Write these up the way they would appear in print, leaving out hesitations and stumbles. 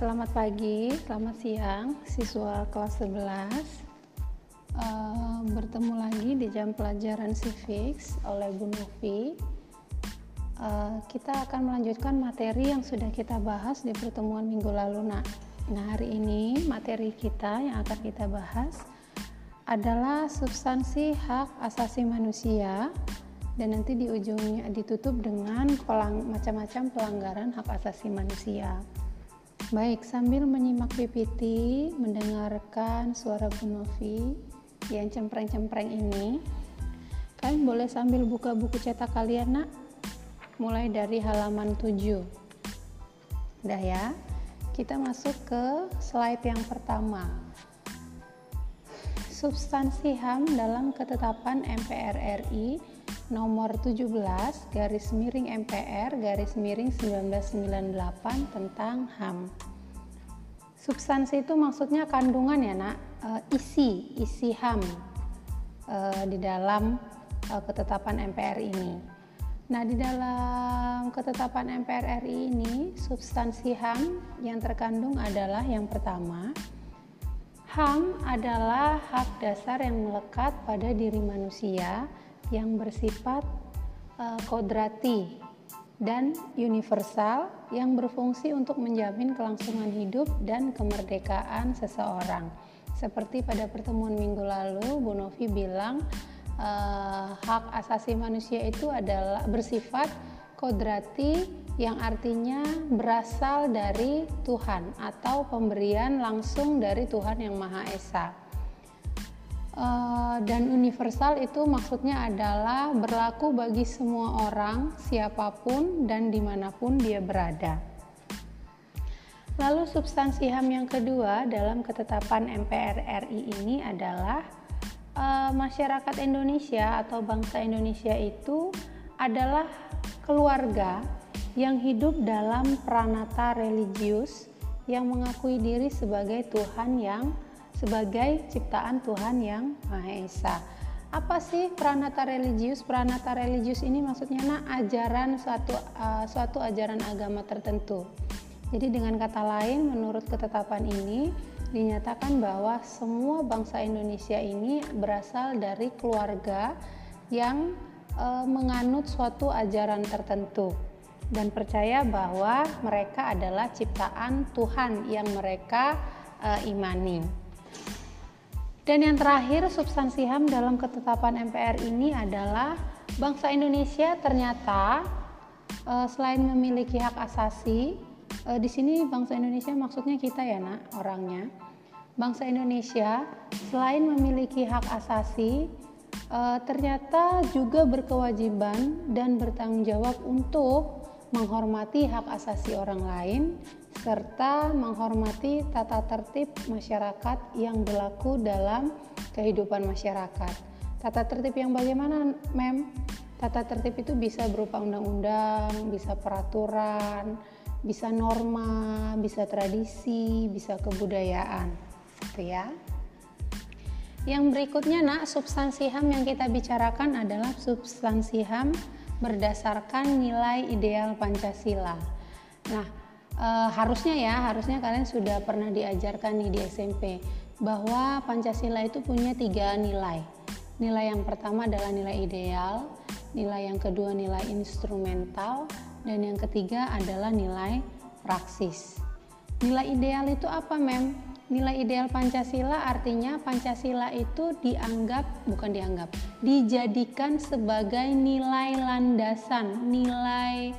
Selamat pagi, selamat siang, siswa kelas 11. Bertemu lagi di jam pelajaran Civics oleh Bu Novi. Kita akan melanjutkan materi yang sudah kita bahas di pertemuan minggu lalu. Nah, hari ini materi kita yang akan kita bahas adalah substansi hak asasi manusia, dan nanti di ujungnya ditutup dengan macam-macam pelanggaran hak asasi manusia. Baik, sambil menyimak PPT, mendengarkan suara Bu Novi yang cempreng-cempreng ini, kalian boleh sambil buka buku cetak kalian, nak, mulai dari halaman 7. Udah ya, kita masuk ke slide yang pertama. Substansi HAM dalam ketetapan MPR RI nomor 17/MPR/1998 tentang HAM. Substansi itu maksudnya kandungan ya, nak, isi HAM di dalam ketetapan MPR ini. Nah, di dalam ketetapan MPR RI ini, substansi HAM yang terkandung adalah yang pertama, HAM adalah hak dasar yang melekat pada diri manusia yang bersifat kodrati dan universal yang berfungsi untuk menjamin kelangsungan hidup dan kemerdekaan seseorang. Seperti pada pertemuan minggu lalu, Bu Novi bilang hak asasi manusia itu adalah bersifat kodrati, yang artinya berasal dari Tuhan atau pemberian langsung dari Tuhan yang Maha Esa. Dan universal itu maksudnya adalah berlaku bagi semua orang, siapapun dan dimanapun dia berada. Lalu substansi HAM yang kedua dalam ketetapan MPR RI ini adalah masyarakat Indonesia atau bangsa Indonesia itu adalah keluarga yang hidup dalam pranata religius yang mengakui diri sebagai sebagai ciptaan Tuhan yang Maha Esa. Apa sih pranata religius? Pranata religius ini maksudnya ajaran suatu ajaran agama tertentu. Jadi dengan kata lain, menurut ketetapan ini dinyatakan bahwa semua bangsa Indonesia ini berasal dari keluarga yang menganut suatu ajaran tertentu dan percaya bahwa mereka adalah ciptaan Tuhan yang mereka imani. Dan yang terakhir, substansi HAM dalam ketetapan MPR ini adalah bangsa Indonesia ternyata selain memiliki hak asasi, di sini bangsa Indonesia maksudnya kita ya, nak, orangnya. Bangsa Indonesia selain memiliki hak asasi, ternyata juga berkewajiban dan bertanggung jawab untuk menghormati hak asasi orang lain serta menghormati tata tertib masyarakat yang berlaku dalam kehidupan masyarakat. Tata tertib yang bagaimana, Mem? Tata tertib itu bisa berupa undang-undang, bisa peraturan, bisa norma, bisa tradisi, bisa kebudayaan, gitu ya. Yang berikutnya, nak, substansi HAM yang kita bicarakan adalah substansi HAM berdasarkan nilai ideal Pancasila. Nah, harusnya kalian sudah pernah diajarkan nih di SMP bahwa Pancasila itu punya 3 nilai. Nilai yang pertama adalah nilai ideal, nilai yang kedua nilai instrumental, dan yang ketiga adalah nilai praksis. Nilai ideal itu apa, Mem? Nilai ideal Pancasila artinya Pancasila itu dijadikan sebagai nilai landasan, nilai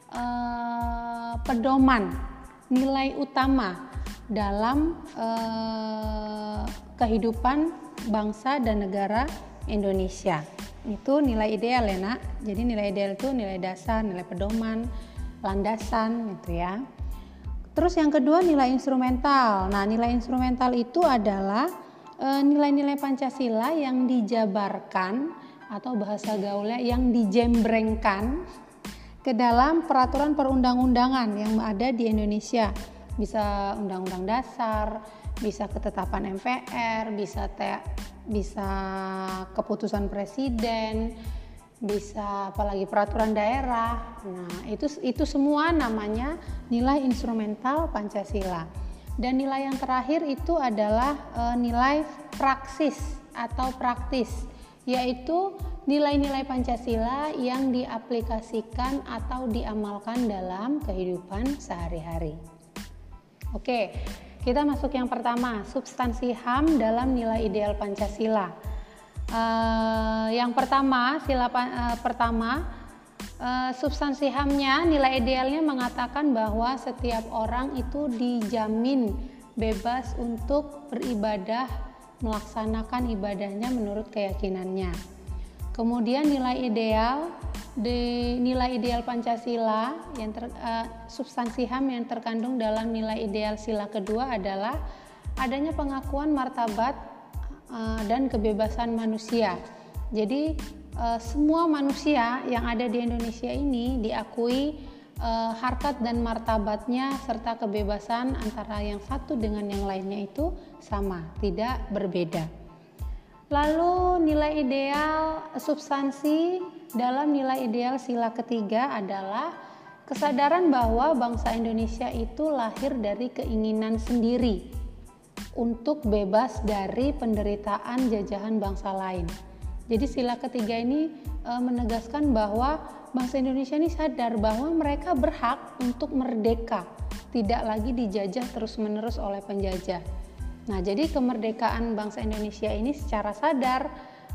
pedoman, nilai utama dalam kehidupan bangsa dan negara Indonesia. Itu nilai ideal ya, nak. Jadi nilai ideal itu nilai dasar, nilai pedoman, landasan gitu ya. Terus yang kedua nilai instrumental. Nah, nilai instrumental itu adalah nilai-nilai Pancasila yang dijabarkan atau bahasa gaulnya yang dijembrengkan ke dalam peraturan perundang-undangan yang ada di Indonesia. Bisa undang-undang dasar, bisa ketetapan MPR, bisa keputusan presiden, bisa apalagi peraturan daerah. Nah, itu semua namanya nilai instrumental Pancasila. Dan nilai yang terakhir itu adalah nilai praksis atau praktis, yaitu nilai-nilai Pancasila yang diaplikasikan atau diamalkan dalam kehidupan sehari-hari. Oke, kita masuk yang pertama, substansi HAM dalam nilai ideal Pancasila. Yang pertama, substansi HAM-nya, nilai idealnya mengatakan bahwa setiap orang itu dijamin bebas untuk beribadah, melaksanakan ibadahnya menurut keyakinannya. Kemudian nilai ideal Pancasila substansi HAM yang terkandung dalam nilai ideal sila kedua adalah adanya pengakuan martabat dan kebebasan manusia. Jadi semua manusia yang ada di Indonesia ini diakui harkat dan martabatnya serta kebebasan antara yang satu dengan yang lainnya itu sama, tidak berbeda. Lalu nilai ideal substansi dalam nilai ideal sila ketiga adalah kesadaran bahwa bangsa Indonesia itu lahir dari keinginan sendiri untuk bebas dari penderitaan jajahan bangsa lain. Jadi sila ketiga ini menegaskan bahwa bangsa Indonesia ini sadar bahwa mereka berhak untuk merdeka, tidak lagi dijajah terus-menerus oleh penjajah. Nah, jadi kemerdekaan bangsa Indonesia ini secara sadar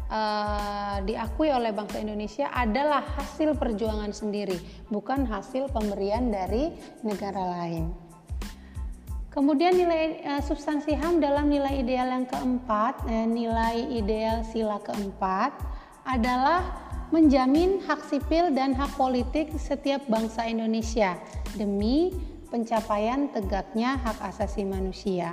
diakui oleh bangsa Indonesia adalah hasil perjuangan sendiri, bukan hasil pemberian dari negara lain. Kemudian nilai substansi HAM dalam nilai ideal yang keempat, nilai ideal sila keempat adalah menjamin hak sipil dan hak politik setiap bangsa Indonesia demi pencapaian tegaknya hak asasi manusia.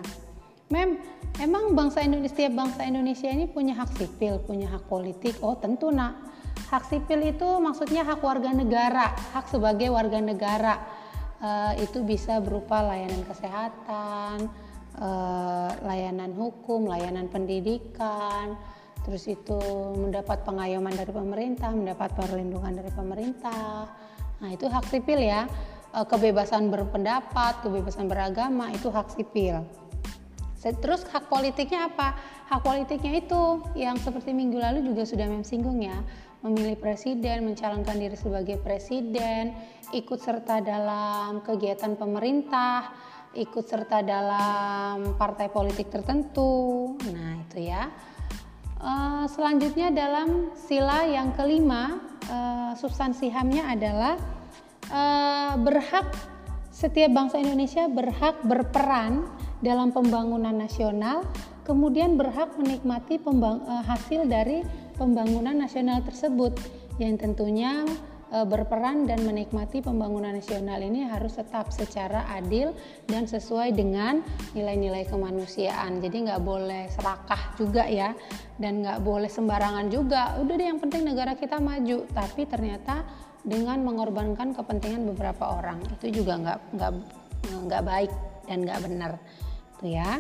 Emang setiap bangsa Indonesia ini punya hak sipil, punya hak politik? Oh tentu nak. Hak sipil itu maksudnya hak warga negara, hak sebagai warga negara. Itu bisa berupa layanan kesehatan, layanan hukum, layanan pendidikan, terus itu mendapat pengayoman dari pemerintah, mendapat perlindungan dari pemerintah. Nah itu hak sipil ya. Kebebasan berpendapat, kebebasan beragama itu hak sipil. Terus hak politiknya apa? Hak politiknya itu yang seperti minggu lalu juga sudah singgung ya, memilih presiden, mencalonkan diri sebagai presiden, ikut serta dalam kegiatan pemerintah, ikut serta dalam partai politik tertentu. Nah itu ya. Selanjutnya dalam sila yang kelima, substansi HAM-nya adalah setiap bangsa Indonesia berhak berperan dalam pembangunan nasional, kemudian berhak menikmati hasil dari pembangunan nasional tersebut, yang tentunya berperan dan menikmati pembangunan nasional ini harus tetap secara adil dan sesuai dengan nilai-nilai kemanusiaan. Jadi nggak boleh serakah juga ya, dan nggak boleh sembarangan juga. Udah deh yang penting negara kita maju, tapi ternyata dengan mengorbankan kepentingan beberapa orang, itu juga nggak baik dan nggak benar. Itu ya.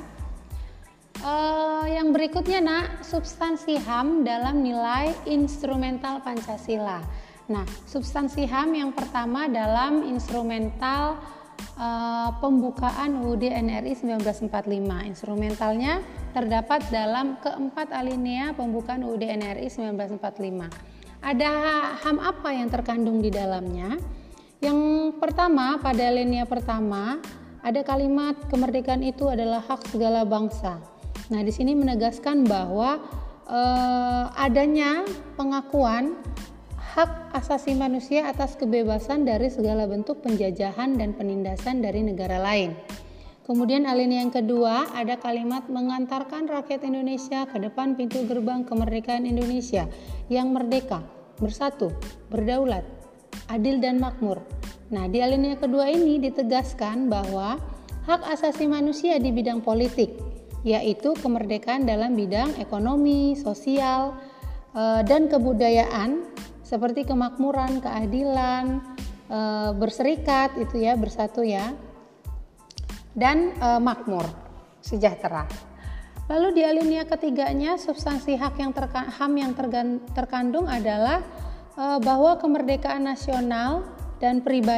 Yang berikutnya substansi HAM dalam nilai instrumental Pancasila. Nah, substansi HAM yang pertama dalam instrumental pembukaan UUD NRI 1945. Instrumentalnya terdapat dalam keempat alinea pembukaan UUD NRI 1945. Ada HAM apa yang terkandung di dalamnya? Yang pertama, pada alinea pertama ada kalimat kemerdekaan itu adalah hak segala bangsa. Nah, di sini menegaskan bahwa adanya pengakuan hak asasi manusia atas kebebasan dari segala bentuk penjajahan dan penindasan dari negara lain. Kemudian alinea yang kedua ada kalimat mengantarkan rakyat Indonesia ke depan pintu gerbang kemerdekaan Indonesia yang merdeka, bersatu, berdaulat, adil dan makmur. Nah, di alinea kedua ini ditegaskan bahwa hak asasi manusia di bidang politik, yaitu kemerdekaan dalam bidang ekonomi, sosial, dan kebudayaan seperti kemakmuran, keadilan, berserikat itu ya, bersatu ya, dan makmur, sejahtera. Lalu di alinea ketiganya substansi HAM yang terkandung adalah bahwa kemerdekaan nasional dan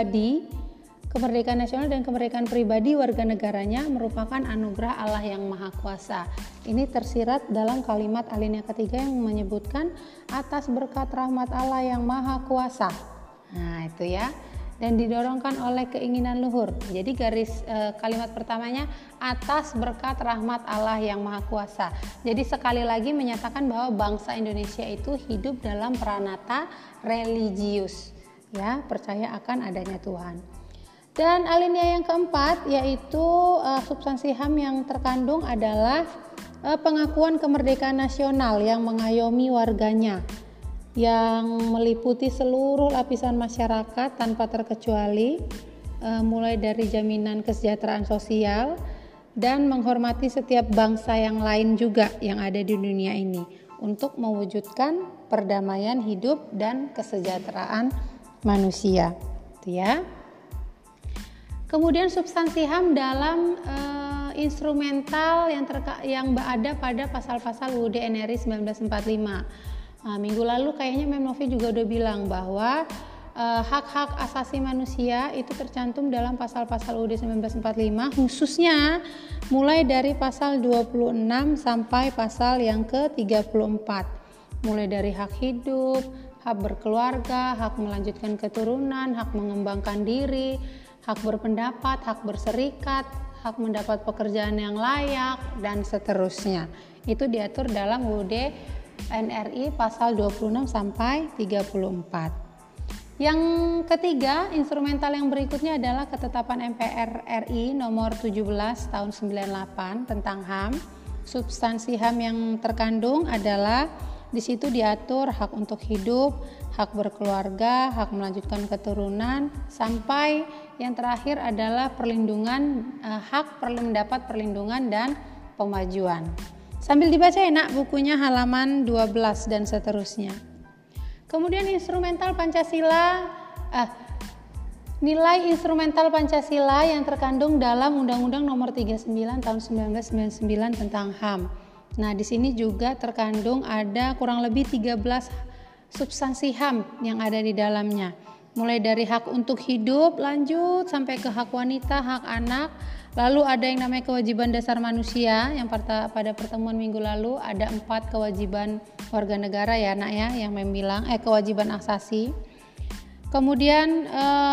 kemerdekaan pribadi warga negaranya merupakan anugerah Allah yang Maha Kuasa. Ini tersirat dalam kalimat alinea ketiga yang menyebutkan atas berkat rahmat Allah yang Maha Kuasa. Nah, itu ya. Dan didorongkan oleh keinginan luhur. Jadi kalimat pertamanya atas berkat rahmat Allah yang Maha Kuasa. Jadi sekali lagi menyatakan bahwa bangsa Indonesia itu hidup dalam peranata religius, ya, percaya akan adanya Tuhan. Dan alinea yang keempat yaitu substansi HAM yang terkandung adalah pengakuan kemerdekaan nasional yang mengayomi warganya, yang meliputi seluruh lapisan masyarakat tanpa terkecuali, mulai dari jaminan kesejahteraan sosial dan menghormati setiap bangsa yang lain juga yang ada di dunia ini untuk mewujudkan perdamaian hidup dan kesejahteraan manusia. Itu ya. Kemudian substansi HAM dalam instrumental yang ada pada pasal-pasal UUD NRI 1945. Nah, minggu lalu kayaknya Mem Novi juga udah bilang bahwa hak-hak asasi manusia itu tercantum dalam pasal-pasal UUD 1945, khususnya mulai dari pasal 26 sampai pasal yang ke-34. Mulai dari hak hidup, hak berkeluarga, hak melanjutkan keturunan, hak mengembangkan diri, hak berpendapat, hak berserikat, hak mendapat pekerjaan yang layak, dan seterusnya. Itu diatur dalam UUD NRI pasal 26 sampai 34. Yang ketiga, instrumental yang berikutnya adalah ketetapan MPR RI nomor 17 tahun 98 tentang HAM. Substansi HAM yang terkandung adalah di situ diatur hak untuk hidup, hak berkeluarga, hak melanjutkan keturunan, sampai yang terakhir adalah hak mendapat perlindungan dan pemajuan. Sambil dibaca ya nak bukunya halaman 12 dan seterusnya. Kemudian nilai instrumental Pancasila yang terkandung dalam Undang-Undang Nomor 39 Tahun 1999 tentang HAM. Nah, di sini juga terkandung ada kurang lebih 13 substansi HAM yang ada di dalamnya. Mulai dari hak untuk hidup, lanjut sampai ke hak wanita, hak anak. Lalu ada yang namanya kewajiban dasar manusia, yang pada pertemuan minggu lalu ada 4 kewajiban warga negara ya nak ya, yang membilang kewajiban asasi. Kemudian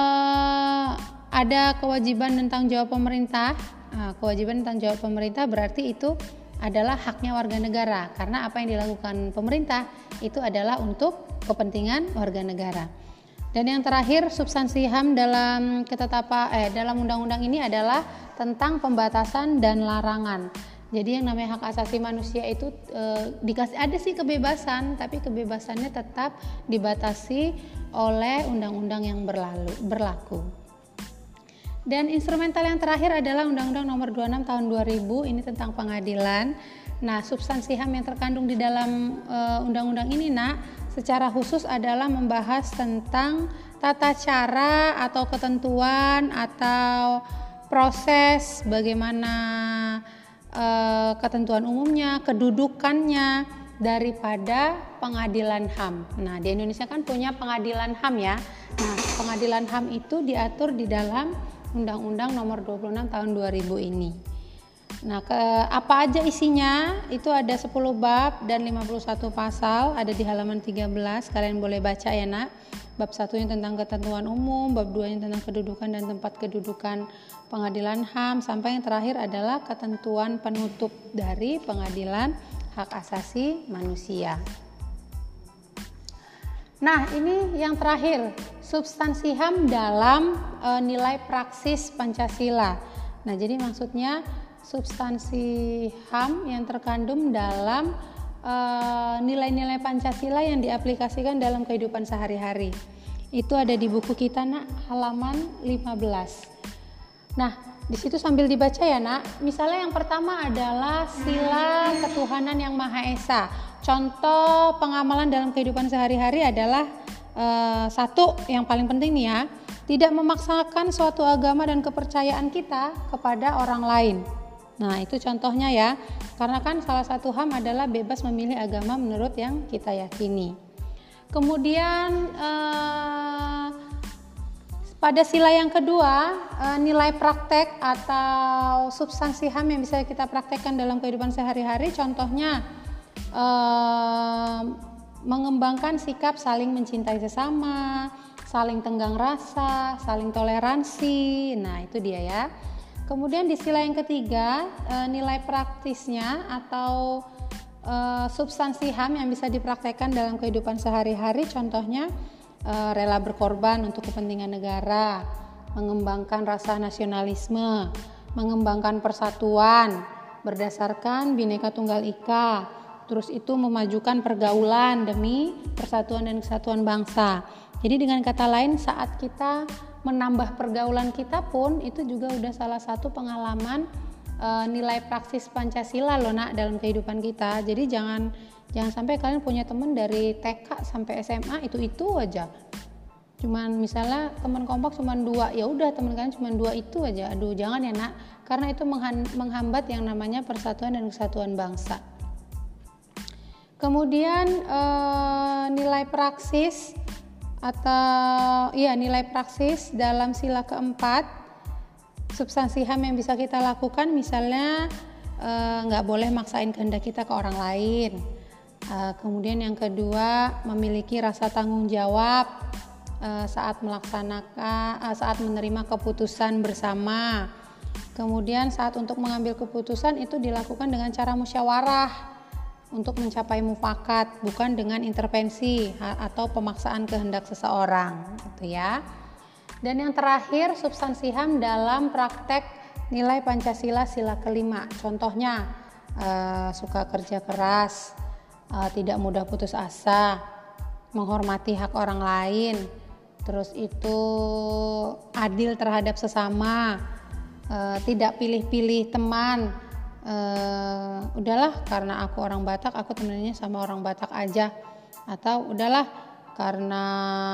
ada kewajiban tentang jawab pemerintah. Nah, kewajiban tentang jawab pemerintah berarti itu adalah haknya warga negara, karena apa yang dilakukan pemerintah itu adalah untuk kepentingan warga negara. Dan yang terakhir, substansi HAM dalam dalam undang-undang ini adalah tentang pembatasan dan larangan. Jadi yang namanya hak asasi manusia itu ada sih kebebasan, tapi kebebasannya tetap dibatasi oleh undang-undang yang berlaku. Dan instrumental yang terakhir adalah Undang-Undang Nomor 26 Tahun 2000, ini tentang pengadilan. Nah, substansi HAM yang terkandung di dalam undang-undang ini secara khusus adalah membahas tentang tata cara atau ketentuan atau proses bagaimana ketentuan umumnya, kedudukannya daripada pengadilan HAM. Nah, di Indonesia kan punya pengadilan HAM ya. Nah, pengadilan HAM itu diatur di dalam Undang-Undang Nomor 26 Tahun 2000 ini. Nah, apa aja isinya? Itu ada 10 bab dan 51 pasal, ada di halaman 13. Kalian boleh baca ya nak. Bab 1-nya tentang ketentuan umum, bab 2-nya tentang kedudukan dan tempat kedudukan pengadilan HAM, sampai yang terakhir adalah ketentuan penutup dari pengadilan hak asasi manusia. Nah, ini yang terakhir, substansi HAM dalam nilai praksis Pancasila. Nah, jadi maksudnya substansi HAM yang terkandung dalam nilai-nilai Pancasila yang diaplikasikan dalam kehidupan sehari-hari. Itu ada di buku kita nak, halaman 15. Nah, di situ sambil dibaca ya nak. Misalnya yang pertama adalah sila ketuhanan yang Maha Esa. Contoh pengamalan dalam kehidupan sehari-hari adalah satu yang paling penting nih ya, tidak memaksakan suatu agama dan kepercayaan kita kepada orang lain. Nah, itu contohnya ya, karena kan salah satu HAM adalah bebas memilih agama menurut yang kita yakini. Kemudian pada sila yang kedua, nilai praktek atau substansi HAM yang bisa kita praktekkan dalam kehidupan sehari-hari, contohnya mengembangkan sikap saling mencintai sesama, saling tenggang rasa, saling toleransi. Nah, itu dia ya. Kemudian di sila yang ketiga, nilai praktisnya atau substansi HAM yang bisa dipraktekkan dalam kehidupan sehari-hari, contohnya rela berkorban untuk kepentingan negara, mengembangkan rasa nasionalisme, mengembangkan persatuan berdasarkan Bhinneka Tunggal Ika, terus itu memajukan pergaulan demi persatuan dan kesatuan bangsa. Jadi dengan kata lain, saat kita menambah pergaulan kita pun itu juga udah salah satu pengalaman nilai praksis Pancasila loh nak dalam kehidupan kita. Jadi jangan sampai kalian punya teman dari TK sampai SMA itu aja. Cuman misalnya teman kompak cuma 2, ya udah teman kalian cuma 2 itu aja. Aduh, jangan ya nak, karena itu menghambat yang namanya persatuan dan kesatuan bangsa. Kemudian nilai praksis nilai praksis dalam sila keempat, substansi HAM yang bisa kita lakukan, misalnya nggak boleh maksain kehendak kita ke orang lain. Kemudian yang kedua, memiliki rasa tanggung jawab saat menerima keputusan bersama. Kemudian saat untuk mengambil keputusan itu dilakukan dengan cara musyawarah untuk mencapai mufakat, bukan dengan intervensi atau pemaksaan kehendak seseorang, gitu ya. Dan yang terakhir, substansi HAM dalam praktek nilai Pancasila sila kelima. Contohnya suka kerja keras, tidak mudah putus asa, menghormati hak orang lain, terus itu adil terhadap sesama, tidak pilih-pilih teman. Udahlah karena aku orang Batak, aku temenannya sama orang Batak aja, atau udahlah karena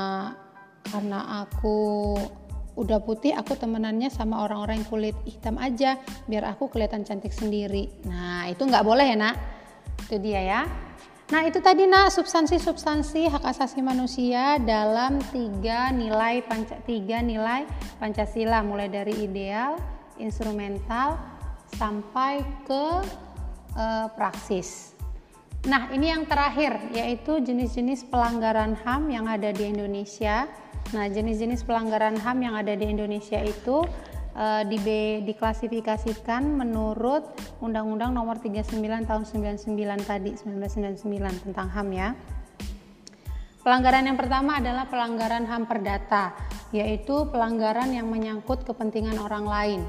aku udah putih, aku temenannya sama orang-orang yang kulit hitam aja biar aku kelihatan cantik sendiri. Nah, itu nggak boleh ya nak, itu dia ya. Nah, itu tadi nak substansi hak asasi manusia dalam 3 nilai Pancasila, mulai dari ideal, instrumental sampai ke praksis. Nah, ini yang terakhir, yaitu jenis-jenis pelanggaran HAM yang ada di Indonesia. Nah, jenis-jenis pelanggaran HAM yang ada di Indonesia itu diklasifikasikan menurut Undang-Undang Nomor 39 Tahun 99 tadi, 1999 tentang HAM ya. Pelanggaran yang pertama adalah pelanggaran HAM perdata, yaitu pelanggaran yang menyangkut kepentingan orang lain.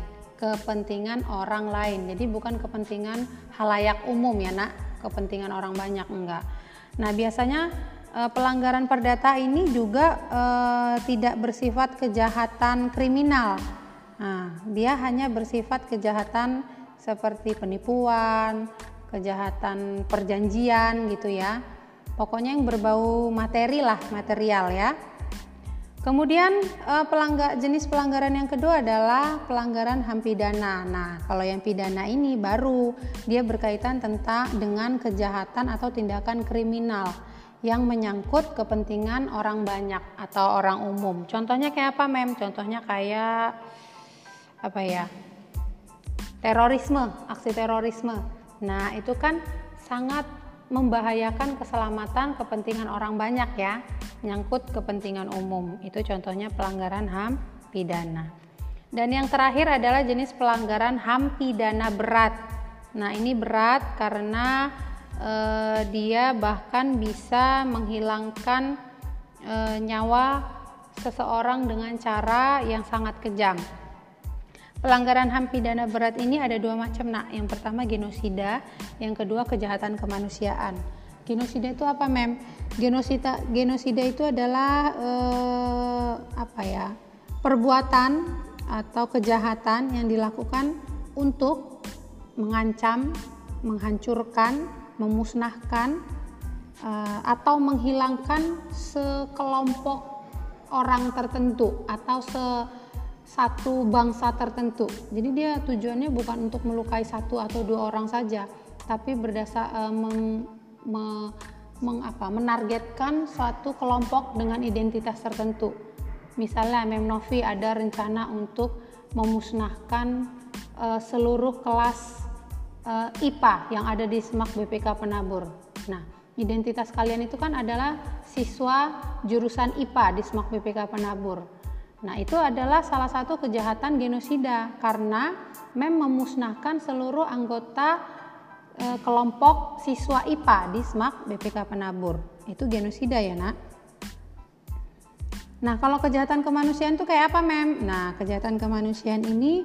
Jadi bukan kepentingan halayak umum ya nak, kepentingan orang banyak, enggak. Nah, biasanya pelanggaran perdata ini juga tidak bersifat kejahatan kriminal. Nah, dia hanya bersifat kejahatan seperti penipuan, kejahatan perjanjian gitu ya. Pokoknya yang berbau material ya. Kemudian jenis pelanggaran yang kedua adalah pelanggaran HAM pidana. Nah, kalau yang pidana ini baru dia berkaitan dengan kejahatan atau tindakan kriminal yang menyangkut kepentingan orang banyak atau orang umum. Contohnya kayak apa, Mem? Contohnya kayak terorisme, aksi terorisme. Nah, itu kan sangat membahayakan keselamatan kepentingan orang banyak ya, menyangkut kepentingan umum. Itu contohnya pelanggaran HAM pidana. Dan yang terakhir adalah jenis pelanggaran HAM pidana berat. Nah, ini berat karena dia bahkan bisa menghilangkan nyawa seseorang dengan cara yang sangat kejam. Pelanggaran HAM pidana berat ini ada 2 macam nak. Yang pertama genosida, yang kedua kejahatan kemanusiaan. Genosida itu apa, Mem? Genosida itu adalah perbuatan atau kejahatan yang dilakukan untuk mengancam, menghancurkan, memusnahkan atau menghilangkan sekelompok orang tertentu atau satu bangsa tertentu. Jadi dia tujuannya bukan untuk melukai 1 atau 2 orang saja, tapi menargetkan suatu kelompok dengan identitas tertentu. Misalnya Mem Novi ada rencana untuk memusnahkan seluruh kelas IPA yang ada di SMAK BPK Penabur. Nah, identitas kalian itu kan adalah siswa jurusan IPA di SMAK BPK Penabur. Nah, itu adalah salah satu kejahatan genosida karena Mem memusnahkan seluruh anggota kelompok siswa IPA di SMAK BPK Penabur. Itu genosida ya, Nak. Nah, kalau kejahatan kemanusiaan itu kayak apa, Mem? Nah, kejahatan kemanusiaan ini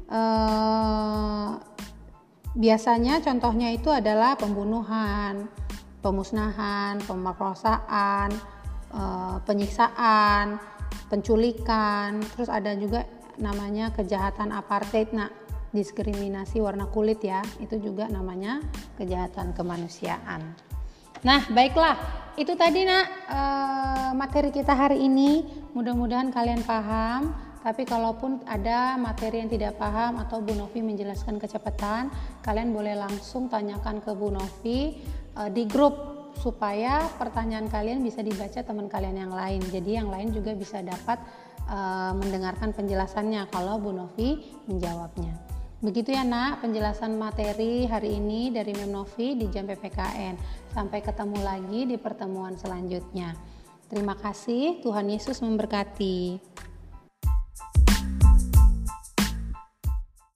biasanya contohnya itu adalah pembunuhan, pemusnahan, pemerkosaan, penyiksaan, penculikan, terus ada juga namanya kejahatan apartheid, nah diskriminasi warna kulit ya, itu juga namanya kejahatan kemanusiaan. Nah, baiklah, itu tadi Nak materi kita hari ini, mudah-mudahan kalian paham. Tapi kalaupun ada materi yang tidak paham atau Bu Novi menjelaskan kecepatan, kalian boleh langsung tanyakan ke Bu Novi di grup supaya pertanyaan kalian bisa dibaca teman kalian yang lain. Jadi yang lain juga bisa dapat mendengarkan penjelasannya kalau Bu Novi menjawabnya. Begitu ya Nak penjelasan materi hari ini dari Mem Novi di Jam PPKN. Sampai ketemu lagi di pertemuan selanjutnya. Terima kasih, Tuhan Yesus memberkati.